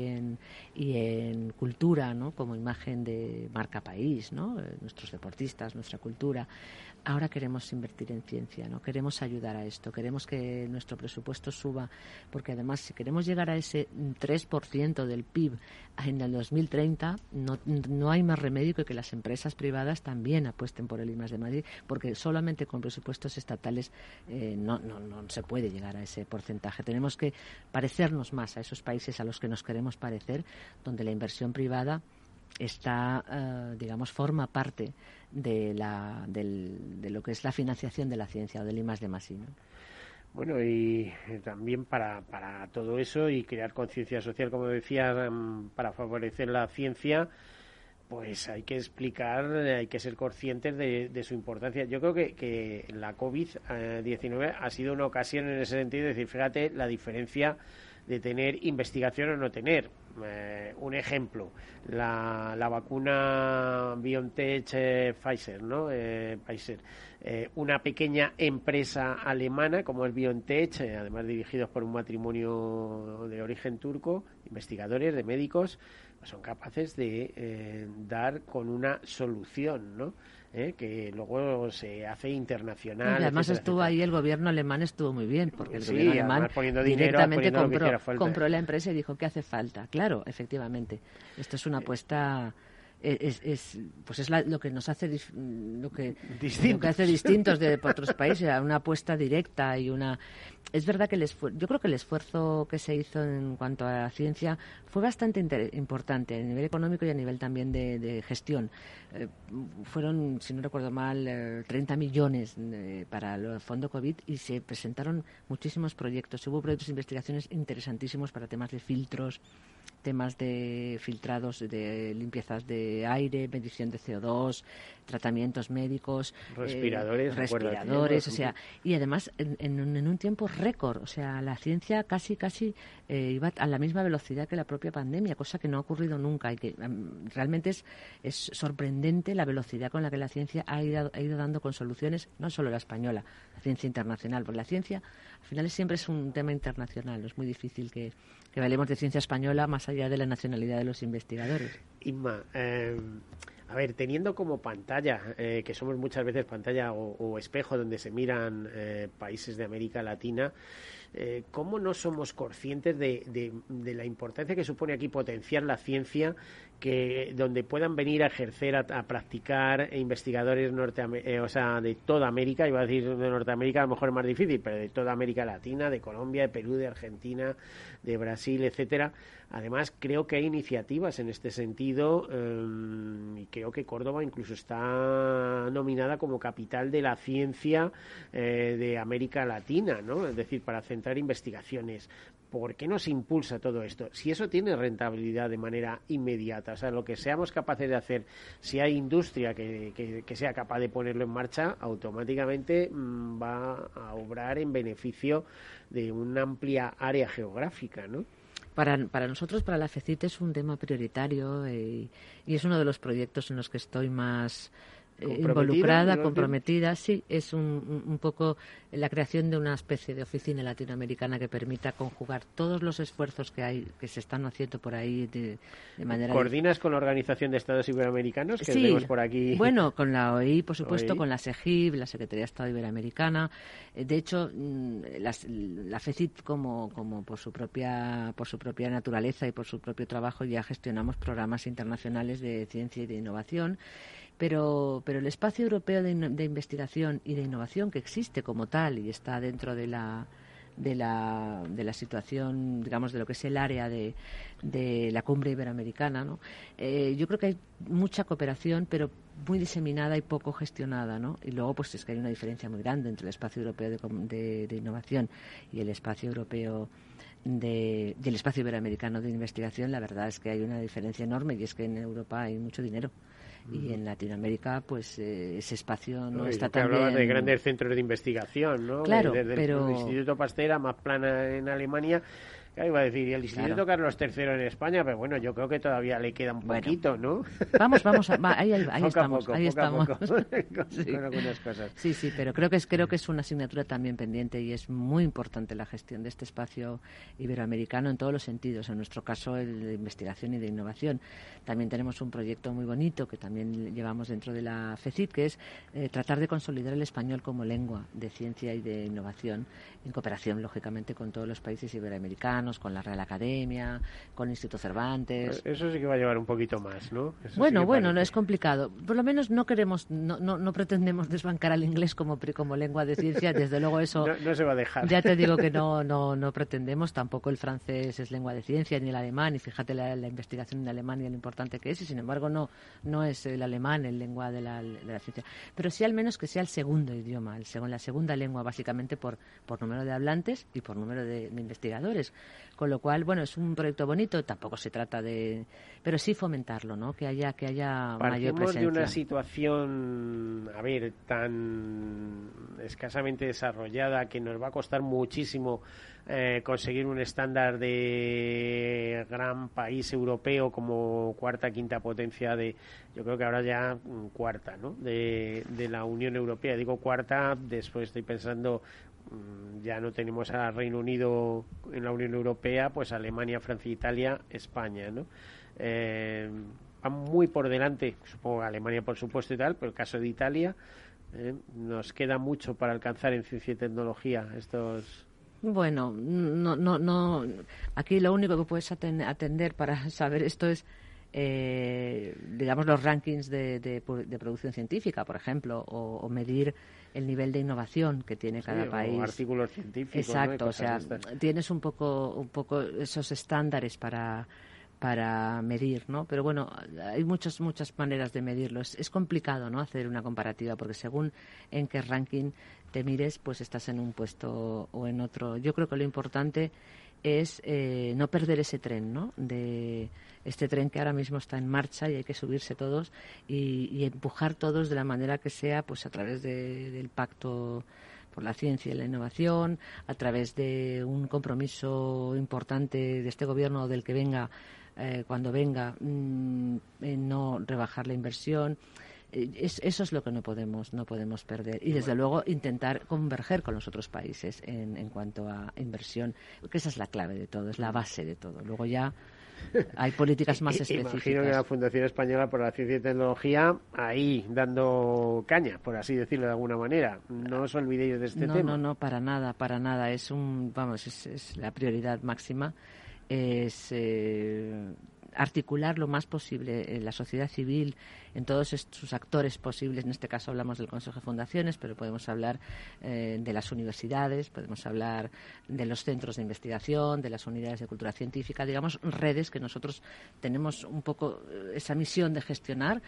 en cultura, ¿no?, como imagen de marca país, ¿no?, nuestros deportistas, nuestra cultura. Ahora queremos invertir en ciencia, ¿no?, queremos ayudar a esto, queremos que nuestro presupuesto suba, porque además si queremos llegar a ese 3% del PIB en el 2030, no hay más remedio que las empresas privadas también apuesten por el I+D+I, porque solamente con presupuestos estatales no se puede llegar a ese porcentaje. Tenemos que parecernos más a esos países a los que nos queremos parecer, donde la inversión privada está, forma parte de lo que es la financiación de la ciencia o del I+D+I, ¿no? Bueno, y también para todo eso y crear conciencia social, como decía, para favorecer la ciencia, pues hay que explicar, hay que ser conscientes de su importancia. Yo creo que la COVID-19 ha sido una ocasión en ese sentido de decir, fíjate la diferencia de tener investigación o no tener. Un ejemplo, la vacuna BioNTech Pfizer, ¿no? Pfizer, una pequeña empresa alemana como es BioNTech, además dirigidos por un matrimonio de origen turco, investigadores, de médicos, pues son capaces de dar con una solución, ¿no? Que luego se hace internacional. Y además estuvo ahí, el gobierno alemán estuvo muy bien, porque el gobierno alemán directamente compró la empresa y dijo que hace falta. Claro, efectivamente, esto es una apuesta... Es lo que nos hace lo que hace distintos de otros países, una apuesta directa y una. Es verdad que yo creo que el esfuerzo que se hizo en cuanto a la ciencia fue bastante importante a nivel económico y a nivel también de gestión. Fueron, si no recuerdo mal, 30 millones para el fondo COVID y se presentaron muchísimos proyectos. Hubo proyectos de investigaciones interesantísimos para temas de filtros, temas de filtrados, de limpiezas de aire, medición de CO2, tratamientos médicos, respiradores, o sea, y además en un tiempo récord, o sea, la ciencia casi iba a la misma velocidad que la propia pandemia, cosa que no ha ocurrido nunca y que realmente es sorprendente la velocidad con la que la ciencia ha ido dando con soluciones, no solo la española, la ciencia internacional, porque la ciencia al final siempre es un tema internacional, es muy difícil que hablemos de ciencia española más allá de la nacionalidad de los investigadores. Inma, a ver, teniendo como pantalla, que somos muchas veces pantalla o espejo donde se miran países de América Latina, ¿cómo no somos conscientes de la importancia que supone aquí potenciar la ciencia, que donde puedan venir a ejercer, a practicar investigadores de toda América? Iba a decir de Norteamérica, a lo mejor es más difícil, pero de toda América Latina, de Colombia, de Perú, de Argentina, de Brasil, etcétera. Además, creo que hay iniciativas en este sentido y creo que Córdoba incluso está nominada como capital de la ciencia de América Latina, ¿no? Es decir, para centrar investigaciones. ¿Por qué no se impulsa todo esto? Si eso tiene rentabilidad de manera inmediata, o sea, lo que seamos capaces de hacer, si hay industria que sea capaz de ponerlo en marcha, automáticamente va a obrar en beneficio de una amplia área geográfica, ¿no? Para nosotros, para la FECIT, es un tema prioritario y es uno de los proyectos en los que estoy más involucrada, comprometida. Sí, es un poco la creación de una especie de oficina latinoamericana que permita conjugar todos los esfuerzos que se están haciendo por ahí de manera... ¿Coordinas con la Organización de Estados Iberoamericanos que tenemos por aquí? Bueno, con la OEI, por supuesto, con la SEGIB, la Secretaría de Estado Iberoamericana. De hecho, la FECIT, como por su propia naturaleza y por su propio trabajo, ya gestionamos programas internacionales de ciencia y de innovación. Pero el espacio europeo de investigación y de innovación, que existe como tal y está dentro de la situación, digamos, de lo que es el área de la cumbre iberoamericana, ¿no? Yo creo que hay mucha cooperación, pero muy diseminada y poco gestionada, ¿no? Y luego, pues es que hay una diferencia muy grande entre el espacio europeo de innovación y el espacio europeo y el espacio iberoamericano de investigación. La verdad es que hay una diferencia enorme y es que en Europa hay mucho dinero. Y en Latinoamérica, pues ese espacio no está tan bien. Hablabas de grandes centros de investigación, ¿no? Claro, pero... El Instituto Pasteur, a más plana en Alemania. Iba a decir, y el Instituto Carlos III en España, pero bueno, yo creo que todavía le queda un poquito, ¿no? Vamos, ahí estamos. Ahí estamos. Sí. Con algunas cosas. Sí, pero creo que es una asignatura también pendiente y es muy importante la gestión de este espacio iberoamericano en todos los sentidos. En nuestro caso, el de investigación y de innovación. También tenemos un proyecto muy bonito que también llevamos dentro de la FECIT, que es tratar de consolidar el español como lengua de ciencia y de innovación, en cooperación, lógicamente, con todos los países iberoamericanos, con la Real Academia, con el Instituto Cervantes. Eso sí que va a llevar un poquito más, ¿no? Bueno, no es complicado. Por lo menos no pretendemos desbancar al inglés como lengua de ciencia. Desde luego eso no se va a dejar. Ya te digo que no pretendemos. Tampoco el francés es lengua de ciencia, ni el alemán. Y fíjate la investigación en Alemania lo importante que es. Y sin embargo no es el alemán el lengua de la ciencia. Pero sí al menos que sea el segundo idioma, la segunda lengua, básicamente por número de hablantes y por número de investigadores. Con lo cual, bueno, es un proyecto bonito, tampoco se trata de... Pero sí fomentarlo, ¿no? Que haya mayor presencia. Partimos de una situación, a ver, tan escasamente desarrollada que nos va a costar muchísimo conseguir un estándar de gran país europeo como cuarta, quinta potencia yo creo que ahora ya cuarta, ¿no? De la Unión Europea. Digo cuarta, después estoy pensando, ya no tenemos a Reino Unido en la Unión Europea, pues Alemania, Francia, Italia, España, ¿no? Van muy por delante, supongo Alemania por supuesto y tal, pero el caso de Italia, nos queda mucho para alcanzar en ciencia y tecnología estos... Bueno, no. Aquí lo único que puedes atender para saber esto es, digamos, los rankings de producción científica, por ejemplo, o medir el nivel de innovación que tiene cada país. O artículos científicos. Exacto, ¿no? o sea, tienes un poco esos estándares para medir, ¿no? Pero bueno, hay muchas maneras de medirlo. Es complicado, ¿no? Hacer una comparativa, porque según en qué ranking te mires, pues estás en un puesto o en otro. Yo creo que lo importante es no perder ese tren, ¿no? De este tren que ahora mismo está en marcha y hay que subirse todos y empujar todos de la manera que sea, pues a través del pacto por la ciencia y la innovación, a través de un compromiso importante de este gobierno o del que venga, cuando venga, en no rebajar la inversión. Eso es lo que no podemos perder. Y desde luego intentar converger con los otros países en cuanto a inversión, porque esa es la clave de todo, es la base de todo. Luego ya hay políticas más específicas. Imagino que la Fundación Española por la Ciencia y Tecnología ahí dando caña, por así decirlo de alguna manera. No os olvidéis de este tema. No, para nada. Es la prioridad máxima. Es articular lo más posible la sociedad civil en todos sus actores posibles. En este caso hablamos del Consejo de Fundaciones, pero podemos hablar de las universidades, podemos hablar de los centros de investigación, de las unidades de cultura científica, digamos, redes que nosotros tenemos un poco esa misión de gestionar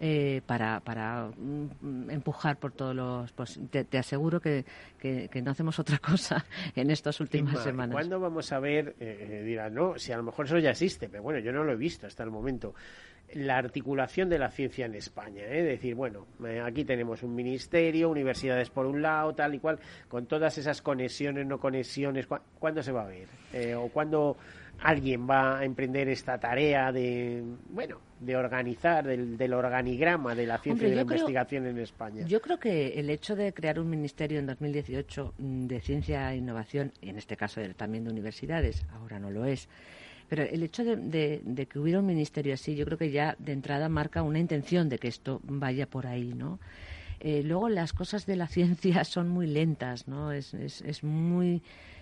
para empujar por todos los... Pues, te aseguro que no hacemos otra cosa en estas últimas semanas. ¿Cuándo vamos a ver, dirán, no, si a lo mejor eso ya existe, pero bueno, yo no lo he visto hasta el momento, la articulación de la ciencia en España, decir, bueno, aquí tenemos un ministerio, universidades por un lado, tal y cual, con todas esas conexiones, no conexiones, ¿cuándo se va a ver? ¿O cuándo alguien va a emprender esta tarea de organizar, del organigrama de la ciencia y de la investigación en España? Yo creo que el hecho de crear un ministerio en 2018 de ciencia e innovación, y en este caso también de universidades, ahora no lo es, pero el hecho de que hubiera un ministerio así, yo creo que ya de entrada marca una intención de que esto vaya por ahí, ¿no? Luego las cosas de la ciencia son muy lentas, ¿no? Es muy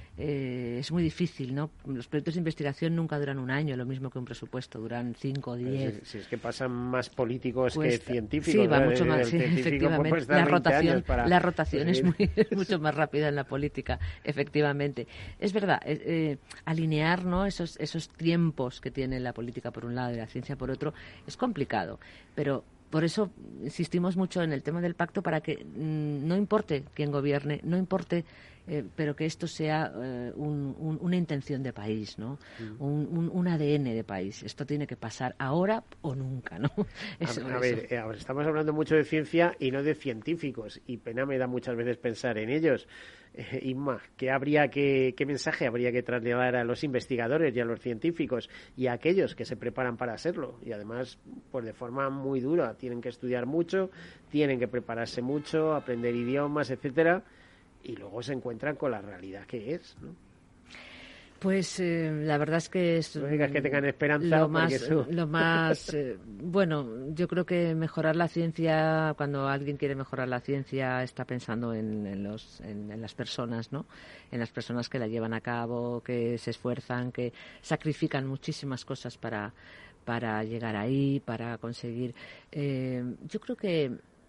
difícil, ¿no? Los proyectos de investigación nunca duran un año, lo mismo que un presupuesto, duran 5 o 10. Si es que pasan más políticos que científicos. Sí, va mucho más, sí, efectivamente. La rotación es mucho más rápida en la política, efectivamente. Es verdad, alinear, ¿no?, esos tiempos que tiene la política por un lado y la ciencia por otro es complicado, pero por eso insistimos mucho en el tema del pacto, para que no importe quién gobierne, no importe, pero que esto sea una intención de país, ¿no? Un ADN de país. Esto tiene que pasar ahora o nunca, ¿no? A ver, estamos hablando mucho de ciencia y no de científicos, y pena me da muchas veces pensar en ellos. Inma, ¿qué mensaje habría que trasladar a los investigadores y a los científicos y a aquellos que se preparan para serlo? Y además, pues de forma muy dura, tienen que estudiar mucho, tienen que prepararse mucho, aprender idiomas, etcétera, y luego se encuentran con la realidad que es, ¿no? Pues la verdad es que es... No digas que tengan esperanza. Lo más bueno, yo creo que mejorar la ciencia, cuando alguien quiere mejorar la ciencia, está pensando en las personas, ¿no? En las personas que la llevan a cabo, que se esfuerzan, que sacrifican muchísimas cosas para llegar ahí, para conseguir... yo creo que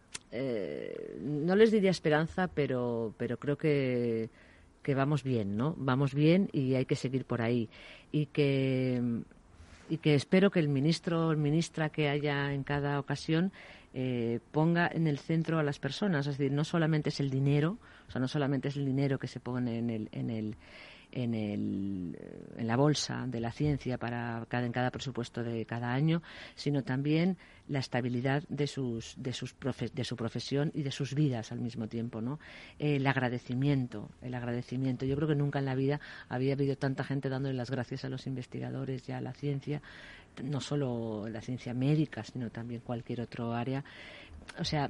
no les diría esperanza, pero creo que vamos bien, ¿no? Vamos bien y hay que seguir por ahí. Y que espero que el ministro o ministra que haya en cada ocasión ponga en el centro a las personas. Es decir, no solamente es el dinero, o sea, no solamente es el dinero que se pone en en la bolsa de la ciencia en cada presupuesto de cada año, sino también la estabilidad de su profesión y de sus vidas al mismo tiempo, ¿no? El agradecimiento. Yo creo que nunca en la vida había habido tanta gente dándole las gracias a los investigadores y a la ciencia, no solo la ciencia médica, sino también cualquier otro área. O sea,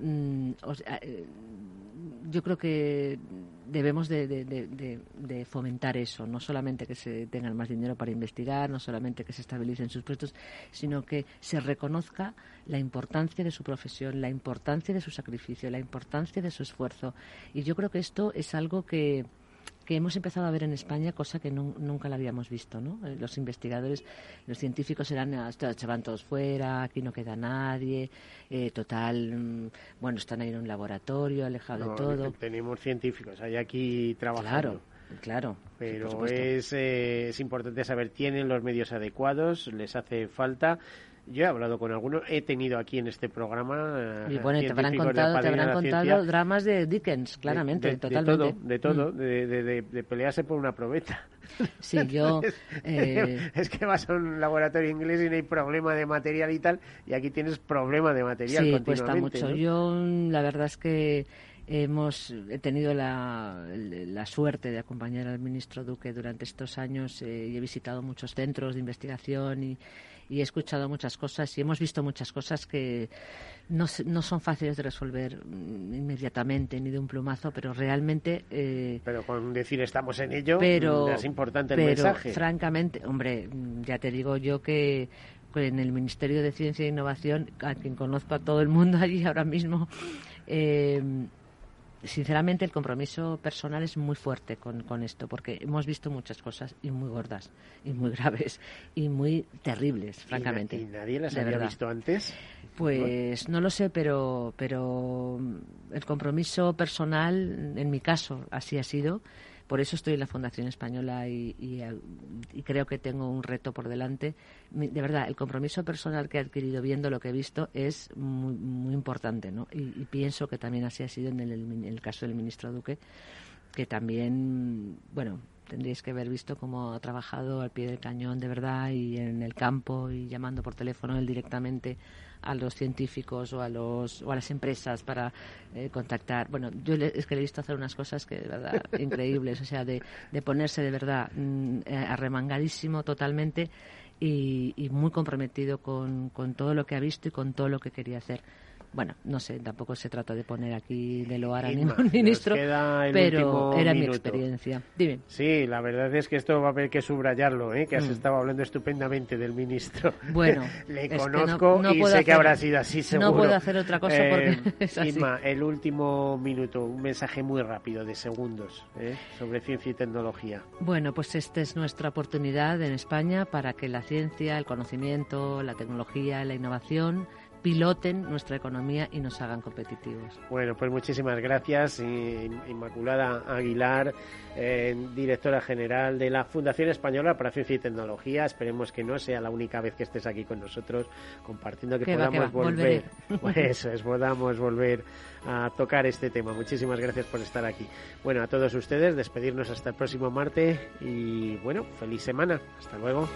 yo creo que debemos de fomentar eso, no solamente que se tengan más dinero para investigar, no solamente que se estabilicen sus puestos, sino que se reconozca la importancia de su profesión, la importancia de su sacrificio, la importancia de su esfuerzo. Y yo creo que esto es algo que hemos empezado a ver en España, cosa que nunca la habíamos visto, ¿no? Los investigadores, los científicos se van todos fuera, aquí no queda nadie, están ahí en un laboratorio, alejado de todo. Tenemos científicos, hay aquí trabajando. Claro. Pero es importante saber, ¿tienen los medios adecuados? ¿Les hace falta? Yo he hablado con algunos, he tenido aquí en este programa y bueno, te habrán contado dramas de Dickens, claramente, totalmente. De todo, de pelearse por una probeta. Sí, yo... Es que vas a un laboratorio inglés y no hay problema de material y tal, y aquí tienes problema de material continuamente. Sí, cuesta mucho. ¿No? Yo, la verdad es que he tenido la suerte de acompañar al ministro Duque durante estos años y he visitado muchos centros de investigación y he escuchado muchas cosas y hemos visto muchas cosas que no son fáciles de resolver inmediatamente ni de un plumazo, pero realmente... pero con decir estamos en ello es importante el mensaje. Pero francamente, hombre, ya te digo yo que en el Ministerio de Ciencia e Innovación, a quien conozco a todo el mundo allí ahora mismo... sinceramente el compromiso personal es muy fuerte con esto, porque hemos visto muchas cosas y muy gordas y muy graves y muy terribles, francamente. ¿Y nadie las había visto antes? Pues no lo sé, pero el compromiso personal, en mi caso, así ha sido. Por eso estoy en la Fundación Española y creo que tengo un reto por delante. De verdad, el compromiso personal que he adquirido viendo lo que he visto es muy, muy importante, ¿no? Y pienso que también así ha sido en el caso del ministro Duque, que también, bueno, tendríais que haber visto cómo ha trabajado al pie del cañón, de verdad, y en el campo, y llamando por teléfono él directamente a los científicos o a las empresas para contactar. Bueno, es que le he visto hacer unas cosas que de verdad increíbles, o sea, de ponerse de verdad arremangadísimo totalmente y muy comprometido con todo lo que ha visto y con todo lo que quería hacer. Bueno, no sé, tampoco se trata de poner aquí de loar a ningún ministro, pero era mi experiencia. Dime. Sí, la verdad es que esto va a haber que subrayarlo, que has estado hablando estupendamente del ministro. Bueno, le conozco y sé que habrá sido así, seguro. No puedo hacer otra cosa porque es así. Inma, el último minuto, un mensaje muy rápido, de segundos, sobre ciencia y tecnología. Bueno, pues esta es nuestra oportunidad en España para que la ciencia, el conocimiento, la tecnología, la innovación piloten nuestra economía y nos hagan competitivos. Bueno, pues muchísimas gracias, Inmaculada Aguilar, directora general de la Fundación Española para Ciencia y Tecnología. Esperemos que no sea la única vez que estés aquí con nosotros compartiendo, que podamos volver. Pues eso es, podamos volver a tocar este tema. Muchísimas gracias por estar aquí. Bueno, a todos ustedes, despedirnos hasta el próximo martes y bueno, feliz semana. Hasta luego.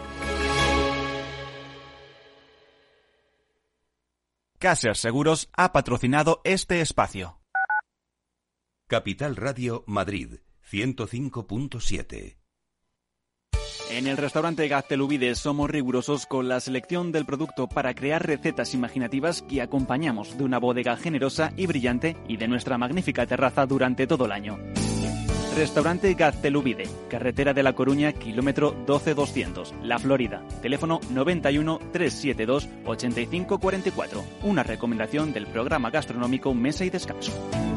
Caser Seguros ha patrocinado este espacio. Capital Radio Madrid, 105.7. En el restaurante Gaztelubides somos rigurosos con la selección del producto para crear recetas imaginativas que acompañamos de una bodega generosa y brillante y de nuestra magnífica terraza durante todo el año. Restaurante Gaztelubide, carretera de La Coruña, kilómetro 12200, La Florida. Teléfono 91 372 8544. Una recomendación del programa gastronómico Mesa y Descanso.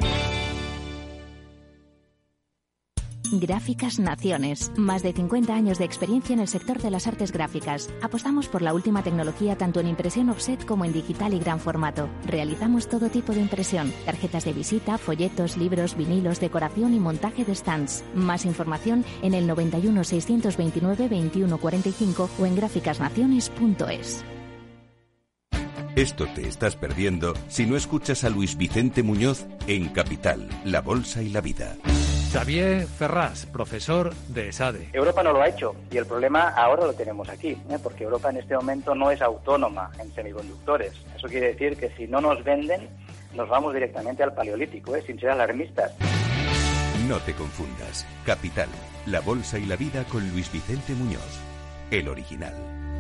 Gráficas Naciones. Más de 50 años de experiencia en el sector de las artes gráficas. Apostamos por la última tecnología tanto en impresión offset como en digital y gran formato. Realizamos todo tipo de impresión. Tarjetas de visita, folletos, libros, vinilos, decoración y montaje de stands. Más información en el 91 629 2145 o en gráficasnaciones.es. Esto te estás perdiendo si no escuchas a Luis Vicente Muñoz en Capital, La Bolsa y la Vida. Xavier Ferrás, profesor de ESADE. Europa no lo ha hecho y el problema ahora lo tenemos aquí, porque Europa en este momento no es autónoma en semiconductores. Eso quiere decir que si no nos venden, nos vamos directamente al paleolítico, sin ser alarmistas. No te confundas. Capital, la bolsa y la vida con Luis Vicente Muñoz, el original.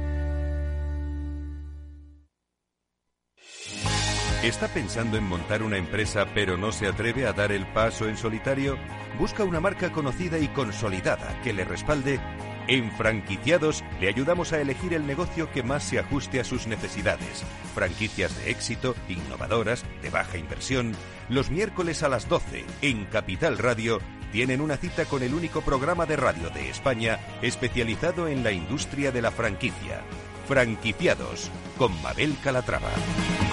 ¿Está pensando en montar una empresa pero no se atreve a dar el paso en solitario? ¿Busca una marca conocida y consolidada que le respalde? En Franquiciados le ayudamos a elegir el negocio que más se ajuste a sus necesidades. Franquicias de éxito, innovadoras, de baja inversión. Los miércoles a las 12 en Capital Radio tienen una cita con el único programa de radio de España especializado en la industria de la franquicia. Franquiciados con Mabel Calatrava.